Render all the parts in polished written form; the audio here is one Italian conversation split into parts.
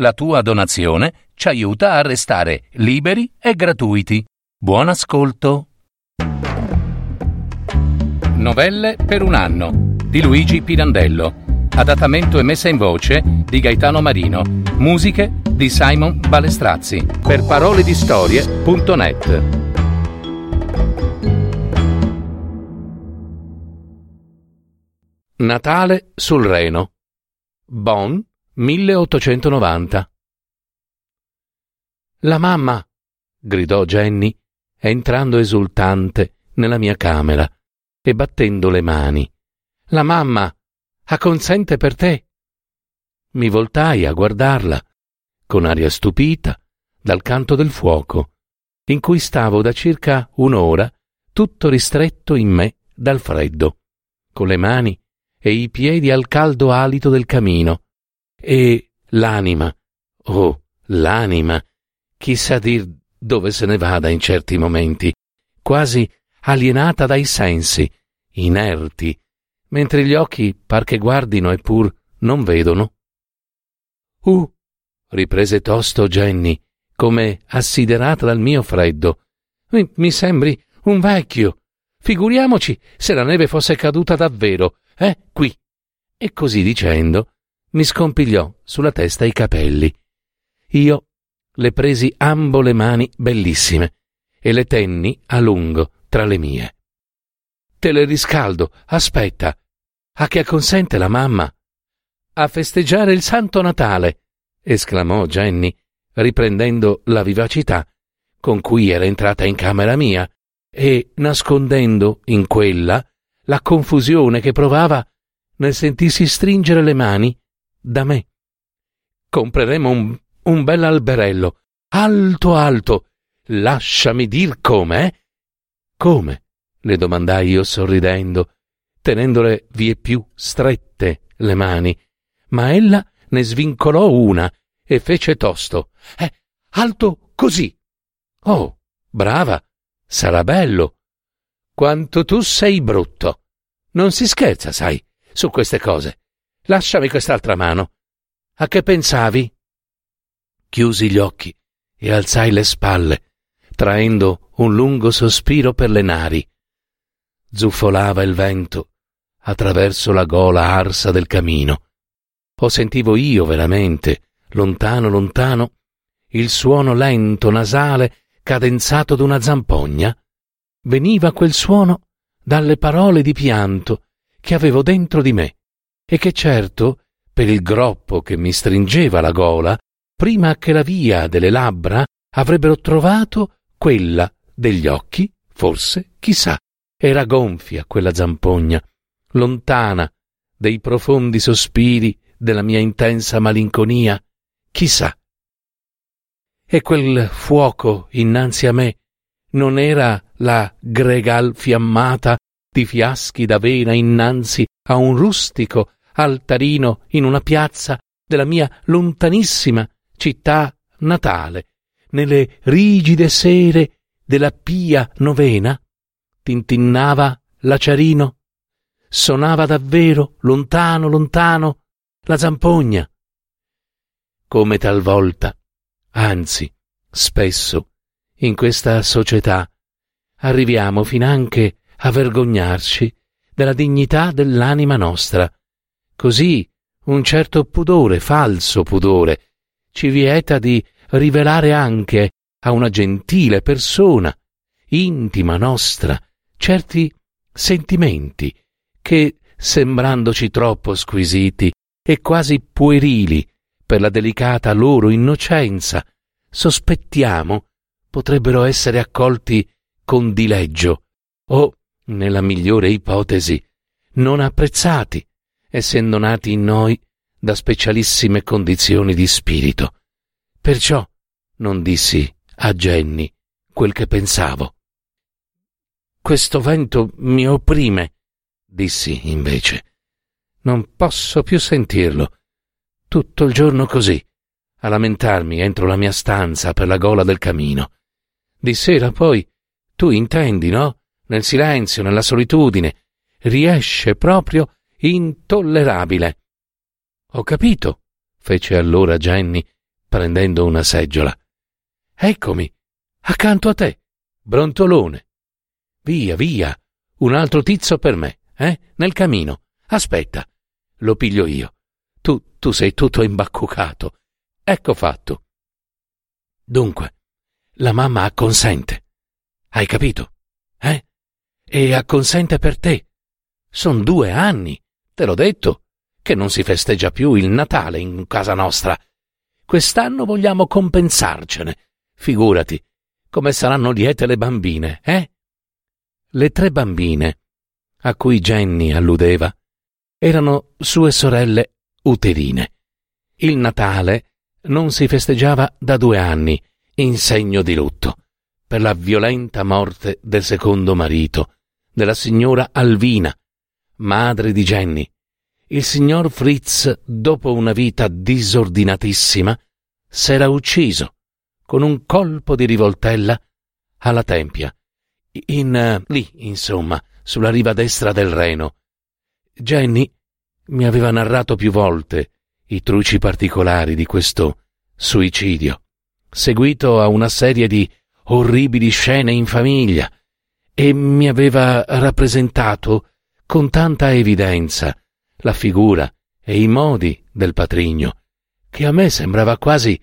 La tua donazione ci aiuta a restare liberi e gratuiti. Buon ascolto. Novelle per un anno di Luigi Pirandello. Adattamento e messa in voce di Gaetano Marino. Musiche di Simon Balestrazzi. Per paroledistorie.net. Natale sul Reno. Bonn, 1890. La mamma! Gridò Jenny, entrando esultante nella mia camera e battendo le mani. La mamma acconsente per te. Mi voltai a guardarla, con aria stupita, dal canto del fuoco, in cui stavo da circa un'ora, tutto ristretto in me dal freddo, con le mani e i piedi al caldo alito del camino, e l'anima, oh, l'anima, chissà dir dove se ne vada in certi momenti, quasi alienata dai sensi, inerti, mentre gli occhi par che guardino e pur non vedono. Riprese tosto Jenny, come assiderata dal mio freddo. Mi sembri un vecchio. Figuriamoci se la neve fosse caduta davvero, qui. E così dicendo, mi scompigliò sulla testa i capelli. Io le presi ambo le mani bellissime e le tenni a lungo tra le mie. Te le riscaldo, aspetta. A che acconsente la mamma? A festeggiare il Santo Natale, esclamò Jenny, riprendendo la vivacità con cui era entrata in camera mia e nascondendo in quella la confusione che provava nel sentirsi stringere le mani da me. Compreremo un bel alberello, alto alto. Lasciami dir come, Come? Le domandai io sorridendo, tenendole vieppiù strette le mani, ma ella ne svincolò una e fece tosto. Alto così. Oh, brava, sarà bello. Quanto tu sei brutto. Non si scherza, sai, su queste cose. Lasciami quest'altra mano. A che pensavi? Chiusi gli occhi e alzai le spalle, traendo un lungo sospiro per le nari. Zuffolava il vento attraverso la gola arsa del camino. O sentivo io veramente, lontano lontano, il suono lento, nasale, cadenzato d'una zampogna? Veniva quel suono dalle parole di pianto che avevo dentro di me e che certo, per il groppo che mi stringeva la gola, prima che la via delle labbra avrebbero trovato quella degli occhi, forse, chissà, era gonfia quella zampogna, lontana dei profondi sospiri della mia intensa malinconia, chissà. E quel fuoco innanzi a me non era la gregal fiammata di fiaschi d'avena innanzi a un rustico altarino in una piazza della mia lontanissima città natale, nelle rigide sere della pia novena? Tintinnava l'aciarino? Sonava davvero, lontano, lontano, la zampogna? Come talvolta, anzi, spesso, in questa società, arriviamo finanche a vergognarci della dignità dell'anima nostra. Così un certo pudore, falso pudore, ci vieta di rivelare anche a una gentile persona, intima nostra, certi sentimenti che, sembrandoci troppo squisiti e quasi puerili per la delicata loro innocenza, sospettiamo potrebbero essere accolti con dileggio o, nella migliore ipotesi, non apprezzati, essendo nati in noi da specialissime condizioni di spirito. Perciò non dissi a Jenny quel che pensavo. Questo vento mi opprime, dissi invece. Non posso più sentirlo. Tutto il giorno così, a lamentarmi entro la mia stanza per la gola del camino. Di sera poi, tu intendi, no? Nel silenzio, nella solitudine, riesce proprio intollerabile. Ho capito, fece allora Jenny, prendendo una seggiola. Eccomi, accanto a te, brontolone. Via, via, un altro tizzo per me, nel camino. Aspetta, lo piglio io. Tu sei tutto imbaccucato. Ecco fatto. Dunque, la mamma acconsente. Hai capito? E acconsente per te. Son 2 anni, te l'ho detto, che non si festeggia più il Natale in casa nostra. Quest'anno vogliamo compensarcene. Figurati, come saranno liete le bambine, Le 3 bambine, a cui Jenny alludeva, erano sue sorelle uterine. Il Natale non si festeggiava da 2 anni, in segno di lutto, per la violenta morte del secondo marito, della signora Alvina, madre di Jenny. Il signor Fritz, dopo una vita disordinatissima, s'era ucciso con un colpo di rivoltella alla tempia, lì, insomma, sulla riva destra del Reno. Jenny mi aveva narrato più volte i truci particolari di questo suicidio, seguito a una serie di orribili scene in famiglia, e mi aveva rappresentato con tanta evidenza la figura e i modi del patrigno, che a me sembrava quasi,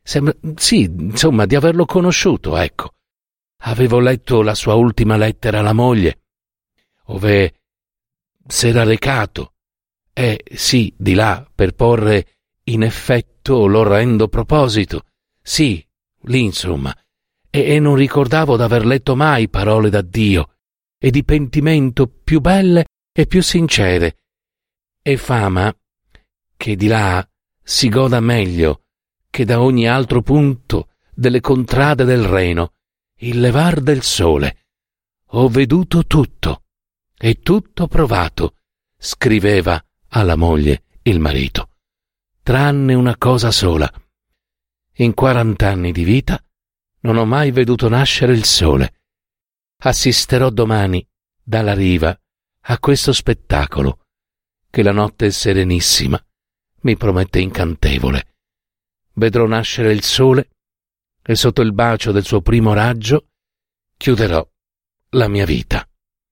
di averlo conosciuto, ecco. Avevo letto la sua ultima lettera alla moglie, ove s'era recato, sì, di là, per porre in effetto l'orrendo proposito. Sì, lì insomma, e non ricordavo d'aver letto mai parole d'addio e di pentimento più belle e più sincere, e fama che di là si goda meglio che da ogni altro punto delle contrade del Reno il levar del sole. Ho veduto tutto e tutto provato, scriveva alla moglie il marito, tranne una cosa sola. In 40 anni di vita non ho mai veduto nascere il sole. Assisterò domani dalla riva a questo spettacolo che la notte serenissima mi promette incantevole. Vedrò nascere il sole e sotto il bacio del suo primo raggio chiuderò la mia vita.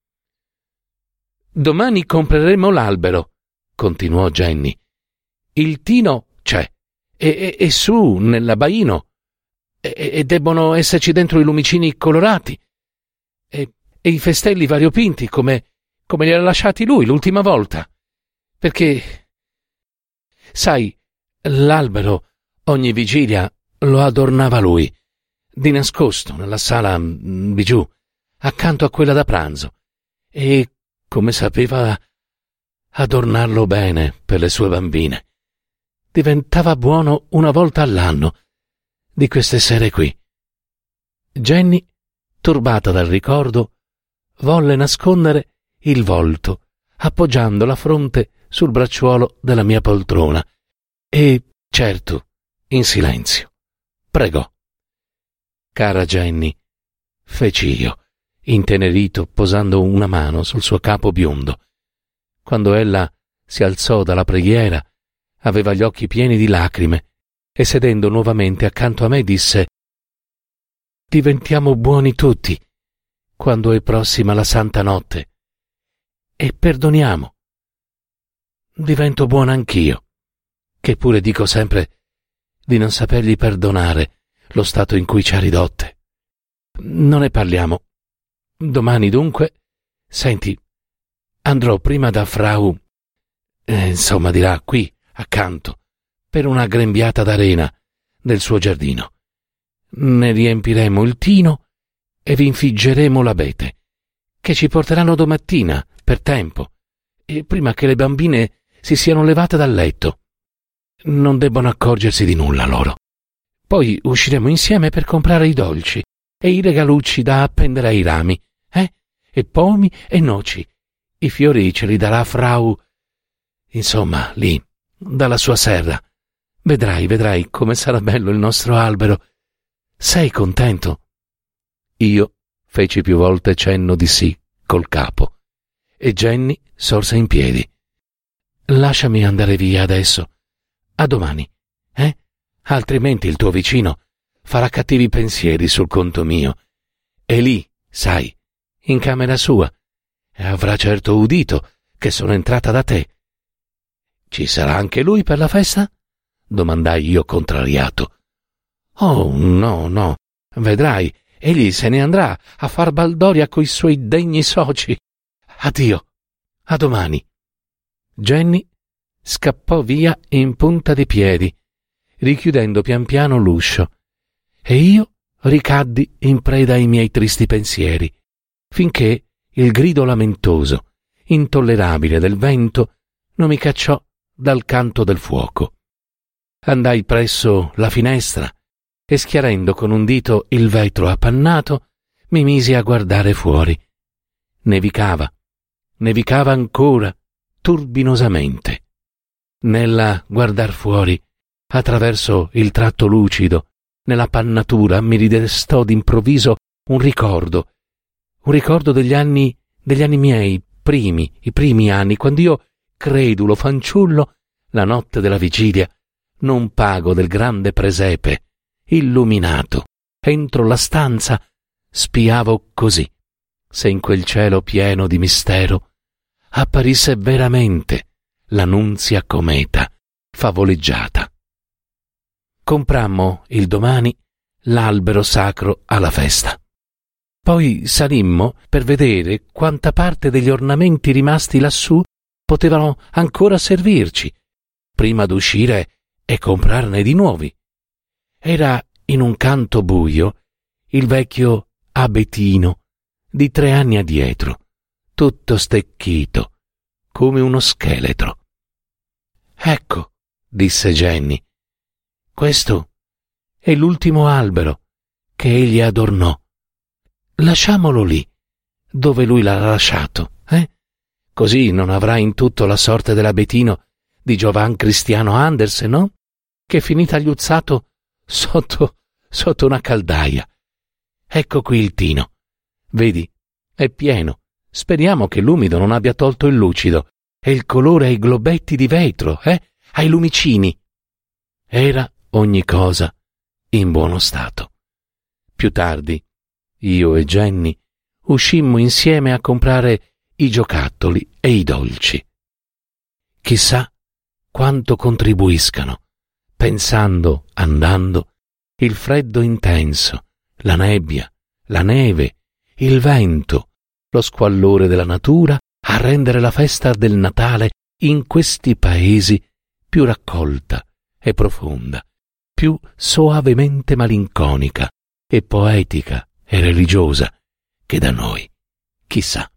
Domani compreremo l'albero, continuò Jenny. Il tino c'è, e su, nell'abbaino, e debbono esserci dentro i lumicini colorati, e i festelli variopinti, come li ha lasciati lui l'ultima volta. Perché, sai, l'albero ogni vigilia lo adornava lui, di nascosto nella sala di giù, accanto a quella da pranzo, e come sapeva adornarlo bene per le sue bambine. Diventava buono una volta all'anno, di queste sere qui. Jenny, turbata dal ricordo, volle nascondere il volto, appoggiando la fronte sul bracciuolo della mia poltrona, e, certo, in silenzio, pregò. Cara Jenny, feci io, intenerito, posando una mano sul suo capo biondo. Quando ella si alzò dalla preghiera, aveva gli occhi pieni di lacrime e sedendo nuovamente accanto a me disse: «Diventiamo buoni tutti quando è prossima la Santa Notte e perdoniamo. Divento buona anch'io, che pure dico sempre di non sapergli perdonare lo stato in cui ci ha ridotte. Non ne parliamo. Domani dunque, senti, andrò prima da Frau, di là, qui, accanto, per una grembiata d'arena nel suo giardino. Ne riempiremo il tino e vi infiggeremo l'abete, che ci porteranno domattina, per tempo, e prima che le bambine si siano levate dal letto. Non debbono accorgersi di nulla loro. Poi usciremo insieme per comprare i dolci e i regalucci da appendere ai rami, e pomi e noci. I fiori ce li darà Frau, insomma, lì, dalla sua serra. Vedrai come sarà bello il nostro albero. Sei contento?» Io feci più volte cenno di sì col capo, e Jenny sorse in piedi. «Lasciami andare via adesso. A domani, altrimenti il tuo vicino farà cattivi pensieri sul conto mio. E lì, sai, in camera sua, e avrà certo udito che sono entrata da te. Ci sarà anche lui per la festa? Domandai io contrariato. Oh, no, vedrai, egli se ne andrà a far baldoria coi suoi degni soci. Addio, a domani. Jenny scappò via in punta di piedi, richiudendo pian piano l'uscio, e io ricaddi in preda ai miei tristi pensieri, finché il grido lamentoso, intollerabile del vento non mi cacciò dal canto del fuoco. Andai presso la finestra e, schiarendo con un dito il vetro appannato, mi misi a guardare fuori. Nevicava ancora turbinosamente. Nella guardar fuori, attraverso il tratto lucido, nella pannatura mi ridestò d'improvviso un ricordo degli anni miei, i primi anni, quando io, credulo fanciullo, la notte della vigilia, non pago del grande presepe, illuminato, entro la stanza, spiavo così, se in quel cielo pieno di mistero apparisse veramente la Nunzia Cometa favoleggiata. Comprammo il domani l'albero sacro alla festa. Poi salimmo per vedere quanta parte degli ornamenti rimasti lassù potevano ancora servirci, prima d'uscire e comprarne di nuovi. Era in un canto buio il vecchio abetino di 3 anni addietro, tutto stecchito, come uno scheletro. Ecco, disse Jenny, questo è l'ultimo albero che egli adornò. Lasciamolo lì, dove lui l'ha lasciato, Così non avrà in tutto la sorte dell'abetino di Giovan Cristiano Andersen, no? Che è finita agliuzzato sotto una caldaia. Ecco qui il tino. Vedi, è pieno. Speriamo che l'umido non abbia tolto il lucido e il colore ai globetti di vetro, ai lumicini. Era ogni cosa in buono stato. Più tardi, io e Jenny uscimmo insieme a comprare i giocattoli e i dolci. Chissà quanto contribuiscano, pensando, andando, il freddo intenso, la nebbia, la neve, il vento, lo squallore della natura a rendere la festa del Natale in questi paesi più raccolta e profonda, più soavemente malinconica e poetica e religiosa che da noi, chissà.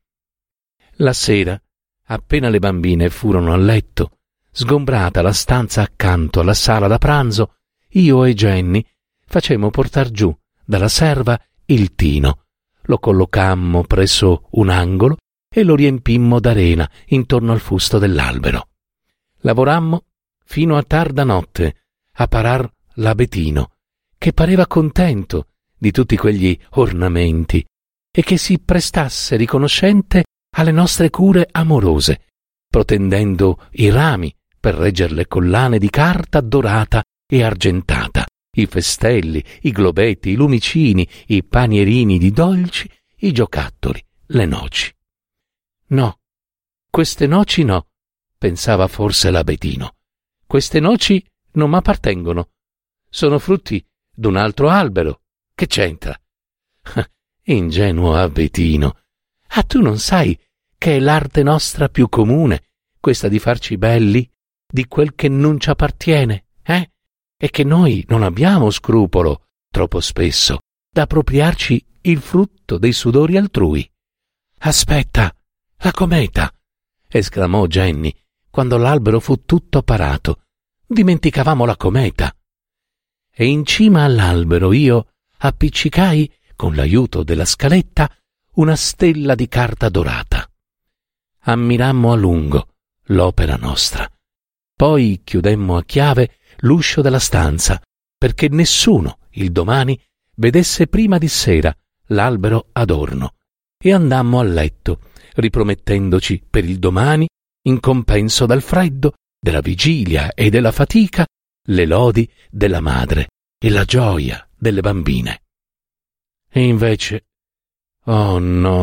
La sera, appena le bambine furono a letto, sgombrata la stanza accanto alla sala da pranzo, io e Jenny facemmo portar giù dalla serva il tino, lo collocammo presso un angolo e lo riempimmo d'arena intorno al fusto dell'albero. Lavorammo fino a tarda notte a parar l'abetino, che pareva contento di tutti quegli ornamenti e che si prestasse riconoscente alle nostre cure amorose, protendendo i rami per regger le collane di carta dorata e argentata, i festelli, i globetti, i lumicini, i panierini di dolci, i giocattoli, le noci. No, queste noci no, pensava forse l'abetino. Queste noci non m'appartengono. Sono frutti d'un altro albero. Che c'entra? Ingenuo abetino. Ah, tu non sai che è l'arte nostra più comune, questa di farci belli di quel che non ci appartiene, E che noi non abbiamo scrupolo, troppo spesso, da appropriarci il frutto dei sudori altrui. Aspetta, la cometa! Esclamò Jenny, quando l'albero fu tutto parato. Dimenticavamo la cometa. E in cima all'albero io appiccicai, con l'aiuto della scaletta, una stella di carta dorata. Ammirammo a lungo l'opera nostra. Poi chiudemmo a chiave l'uscio della stanza, perché nessuno, il domani, vedesse prima di sera l'albero adorno, e andammo a letto, ripromettendoci per il domani, in compenso del freddo, della vigilia e della fatica, le lodi della madre e la gioia delle bambine. E invece, oh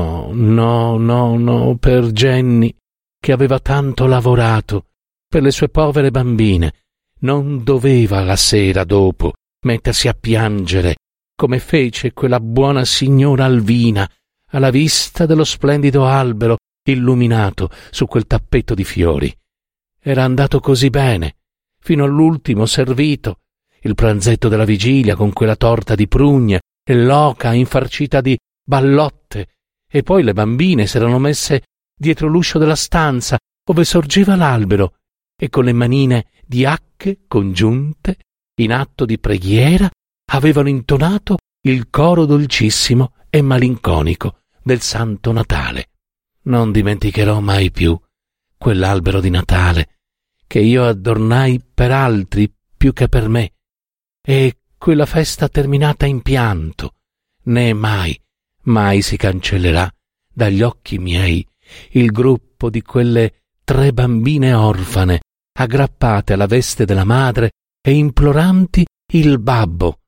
no, per Jenny, che aveva tanto lavorato per le sue povere bambine, non doveva la sera dopo mettersi a piangere come fece quella buona signora Alvina alla vista dello splendido albero illuminato su quel tappetto di fiori. Era andato così bene, fino all'ultimo servito, il pranzetto della vigilia con quella torta di prugne e l'oca infarcita di ballotte, e poi le bambine s'erano messe dietro l'uscio della stanza ove sorgeva l'albero e con le manine di acche congiunte, in atto di preghiera, avevano intonato il coro dolcissimo e malinconico del Santo Natale. Non dimenticherò mai più quell'albero di Natale che io adornai per altri più che per me, e quella festa terminata in pianto, né mai si cancellerà dagli occhi miei il gruppo di quelle 3 bambine orfane aggrappate alla veste della madre e imploranti il babbo,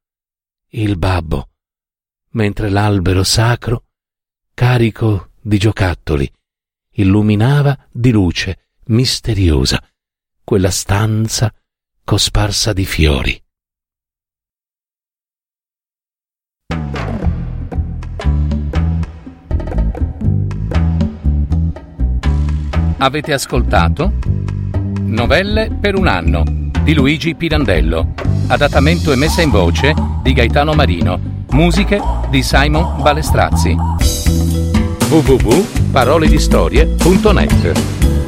mentre l'albero sacro, carico di giocattoli, illuminava di luce misteriosa quella stanza cosparsa di fiori. Avete ascoltato Novelle per un anno di Luigi Pirandello, adattamento e messa in voce di Gaetano Marino, musiche di Simon Balestrazzi. www.paroledistorie.net